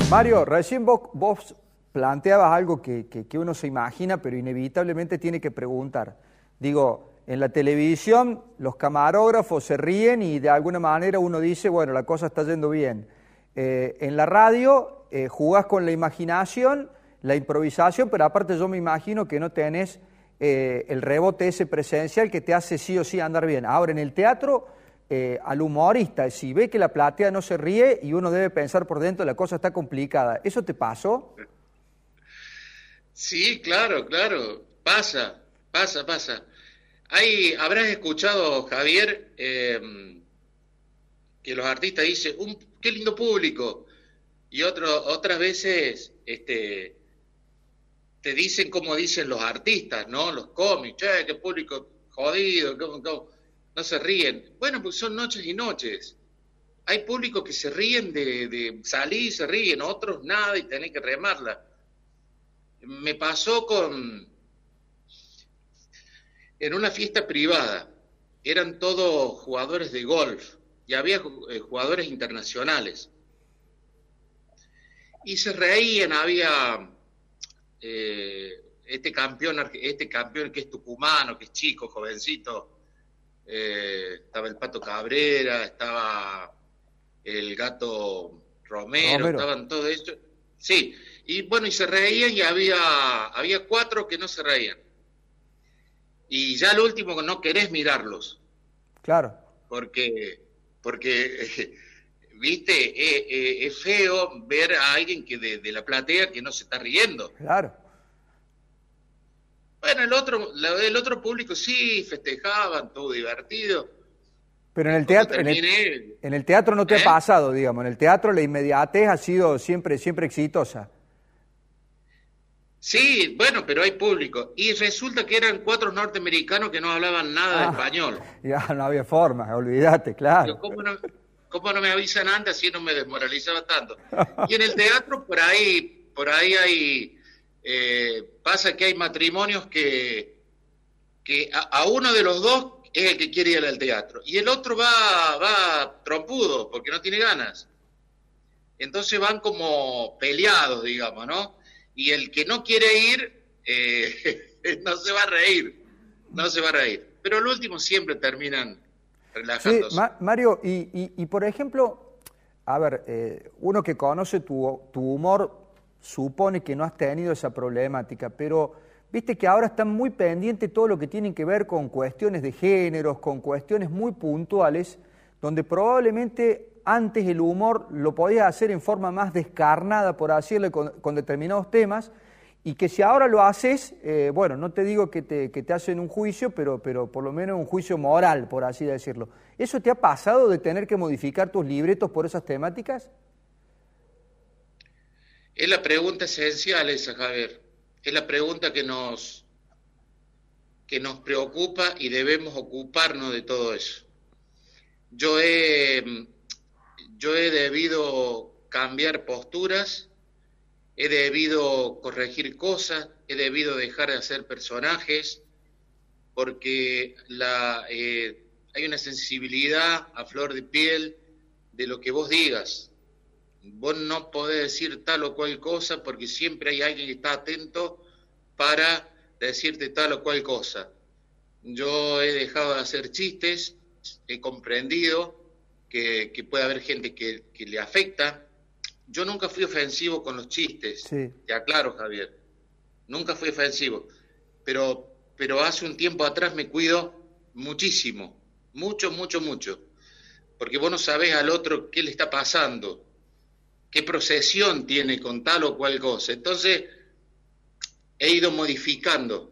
Mario, recién vos planteabas algo que uno se imagina, pero inevitablemente tiene que preguntar. Digo, en la televisión los camarógrafos se ríen y de alguna manera uno dice, bueno, la cosa está yendo bien. En la radio jugás con la imaginación, la improvisación, pero aparte yo me imagino que no tenés el rebote ese presencial que te hace sí o sí andar bien. Ahora, en el teatro, al humorista, si ve que la platea no se ríe y uno debe pensar por dentro, la cosa está complicada. ¿Eso te pasó? Sí, claro, pasa. Habrás escuchado, Javier, que los artistas dicen, qué lindo público, y otras veces te dicen como dicen los artistas, ¿no? Los cómics, qué público jodido, no se ríen. Bueno, pues son noches y noches. Hay públicos que se ríen de salir, se ríen, otros nada y tenés que remarla. Me pasó en una fiesta privada, eran todos jugadores de golf y había jugadores internacionales. Y se reían, había este campeón que es tucumano, que es chico, jovencito, estaba el Pato Cabrera, estaba el Gato Romero. Estaban todos ellos. Sí, y bueno, y se reían y había 4 que no se reían. Y ya al último no querés mirarlos. Claro. Porque viste, es feo ver a alguien que de la platea que no se está riendo. Claro. Bueno, el otro público sí, festejaban, todo divertido. Pero en el teatro, en el teatro no te ha pasado, digamos. En el teatro la inmediatez ha sido siempre exitosa. Sí, bueno, pero hay público. Y resulta que eran 4 norteamericanos que no hablaban nada de español. Ya no había forma, olvídate, claro. ¿Cómo no me avisan antes? Así no me desmoralizaba tanto. Y en el teatro por ahí hay... pasa que hay matrimonios que a uno de los dos es el que quiere ir al teatro y el otro va trompudo porque no tiene ganas. Entonces van como peleados, digamos, ¿no? Y el que no quiere ir no se va a reír. Pero al último siempre terminan relajándose. Sí, Mario, y por ejemplo, a ver, uno que conoce tu humor supone que no has tenido esa problemática, pero viste que ahora están muy pendientes todo lo que tiene que ver con cuestiones de géneros, con cuestiones muy puntuales, donde probablemente antes el humor lo podías hacer en forma más descarnada, por así decirlo, con determinados temas, y que si ahora lo haces, bueno, no te digo que te hacen un juicio, pero por lo menos un juicio moral, por así decirlo. ¿Eso te ha pasado de tener que modificar tus libretos por esas temáticas? Es la pregunta esencial esa, Javier. Es la pregunta que nos preocupa y debemos ocuparnos de todo eso. Yo he debido cambiar posturas, he debido corregir cosas, he debido dejar de hacer personajes, porque hay una sensibilidad a flor de piel de lo que vos digas. Vos no podés decir tal o cual cosa porque siempre hay alguien que está atento para decirte tal o cual cosa. Yo he dejado de hacer chistes, he comprendido que puede haber gente que le afecta. Yo nunca fui ofensivo con los chistes, sí. Te aclaro, Javier. Nunca fui ofensivo. Pero hace un tiempo atrás me cuido muchísimo. Mucho. Porque vos no sabés al otro qué le está pasando, qué procesión tiene con tal o cual cosa. Entonces, he ido modificando.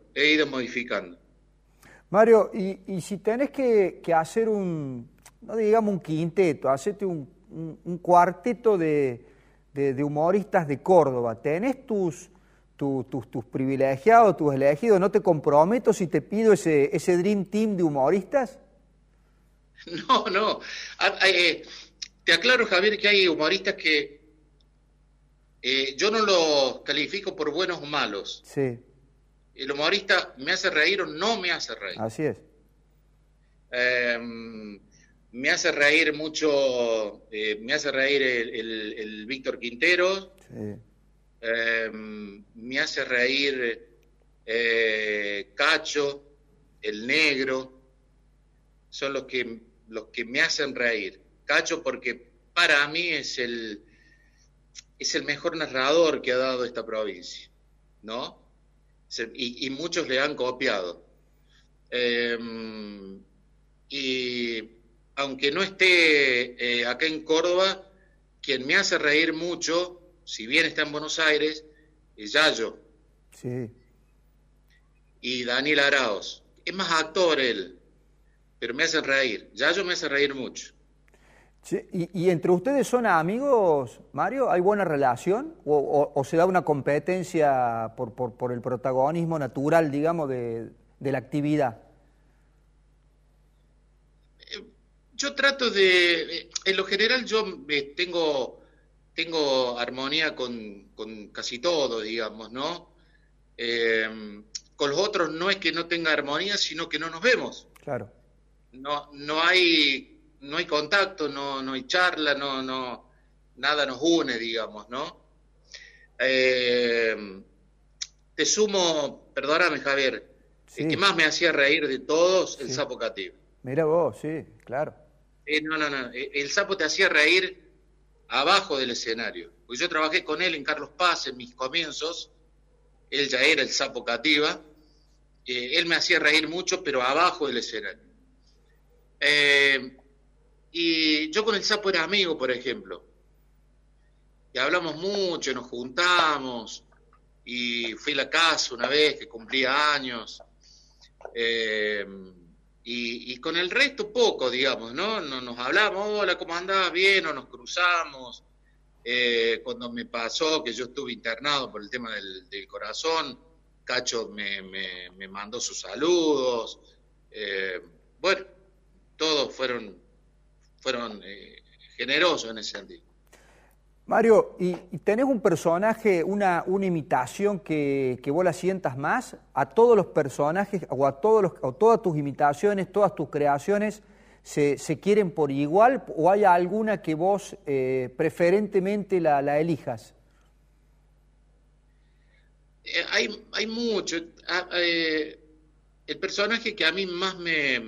Mario, y si tenés que hacer no digamos un quinteto, hacete un cuarteto de humoristas de Córdoba, ¿tenés tus privilegiados, tus elegidos? ¿No te comprometo si te pido ese Dream Team de humoristas? No. Te aclaro, Javier, que hay humoristas que yo no los califico por buenos o malos. Sí. El humorista me hace reír o no me hace reír. Así es. me hace reír mucho, me hace reír el Víctor Quintero, Sí. Me hace reír Cacho, el Negro, son los que me hacen reír. Cacho porque para mí es el mejor narrador que ha dado esta provincia, ¿no? Y muchos le han copiado. Y aunque no esté acá en Córdoba, quien me hace reír mucho, si bien está en Buenos Aires, es Yayo. Sí. Y Daniel Arauz. Es más actor él, pero me hace reír. Yayo me hace reír mucho. Sí, ¿y entre ustedes son amigos, Mario? ¿Hay buena relación? ¿O se da una competencia por el protagonismo natural, digamos, de la actividad? Yo trato de, en lo general yo tengo armonía con casi todo, digamos, ¿no? Con los otros no es que no tenga armonía, sino que no nos vemos. Claro. No hay contacto, no hay charla, nada nos une, digamos, ¿no? Te sumo, perdóname, Javier, Sí. el que más me hacía reír de todos, el Sí. Sapo Cativo. Mira vos, sí, claro. No. El Sapo te hacía reír abajo del escenario. Porque yo trabajé con él en Carlos Paz en mis comienzos. Él ya era el Sapo Cativa. Él me hacía reír mucho, pero abajo del escenario. Y yo con el Sapo era amigo, por ejemplo. Y hablamos mucho, nos juntamos. Y fui a la casa una vez que cumplía años. Y con el resto poco, digamos, ¿no? Nos hablamos, hola, ¿cómo andás? Bien, o nos cruzamos. Cuando me pasó que yo estuve internado por el tema del corazón, Cacho me mandó sus saludos. Bueno, todos fueron generosos en ese sentido. Mario, ¿y tenés un personaje, una imitación que vos la sientas más? ¿A todos los personajes o a todas tus imitaciones, todas tus creaciones se quieren por igual? ¿O hay alguna que vos preferentemente la elijas? Hay mucho. El personaje que a mí más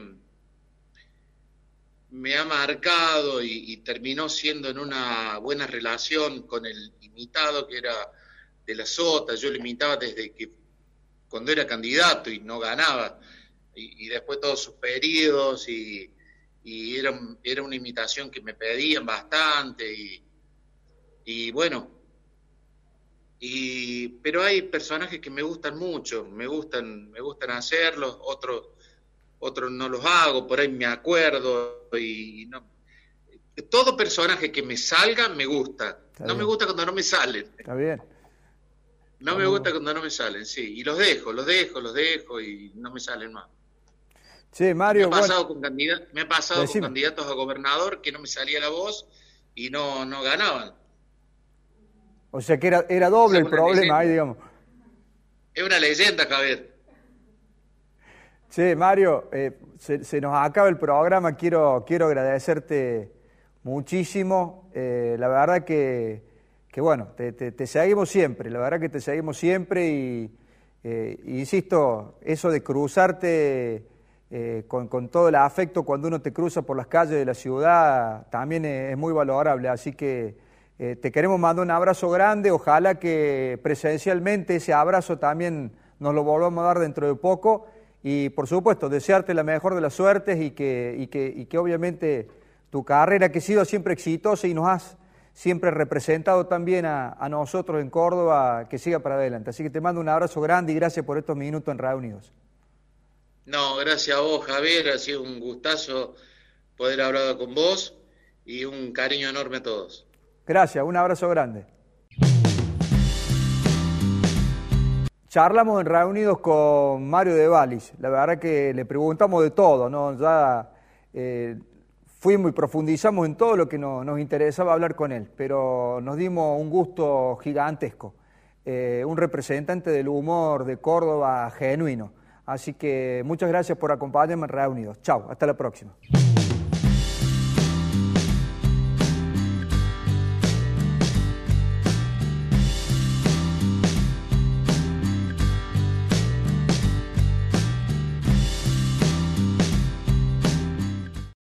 me ha marcado y terminó siendo en una buena relación con el imitado, que era de la Sota. Yo lo imitaba desde que cuando era candidato y no ganaba, y después todos sus periodos, y era una imitación que me pedían bastante, y bueno, pero hay personajes que me gustan mucho, me gustan hacerlos, otros no los hago, por ahí me acuerdo, y no. Todo personaje que me salga me gusta. No me gusta cuando no me salen. Está bien. No me gusta cuando no me salen, sí. Y los dejo y no me salen más. Sí, Mario, me ha pasado con candidatos a gobernador que no me salía la voz y no ganaban. O sea que era doble el problema ahí, digamos. Es una leyenda, Javier. Sí, Mario, se nos acaba el programa, quiero agradecerte muchísimo, la verdad que bueno, te seguimos siempre, la verdad que te seguimos siempre y insisto, eso de cruzarte con todo el afecto cuando uno te cruza por las calles de la ciudad también es muy valorable, así que te queremos mandar un abrazo grande, ojalá que presencialmente ese abrazo también nos lo volvamos a dar dentro de poco. Y por supuesto, desearte la mejor de las suertes y que obviamente tu carrera, que ha sido siempre exitosa y nos has siempre representado también a nosotros en Córdoba, que siga para adelante. Así que te mando un abrazo grande y gracias por estos minutos en Radio Unidos. No, gracias a vos, Javier, ha sido un gustazo poder hablar con vos y un cariño enorme a todos. Gracias, un abrazo grande. Charlamos en Reunidos con Mario de Vallis, la verdad que le preguntamos de todo, ¿no? Ya fuimos y profundizamos en todo lo que nos interesaba hablar con él, pero nos dimos un gusto gigantesco, un representante del humor de Córdoba genuino. Así que muchas gracias por acompañarme en Reunidos. Chao, hasta la próxima.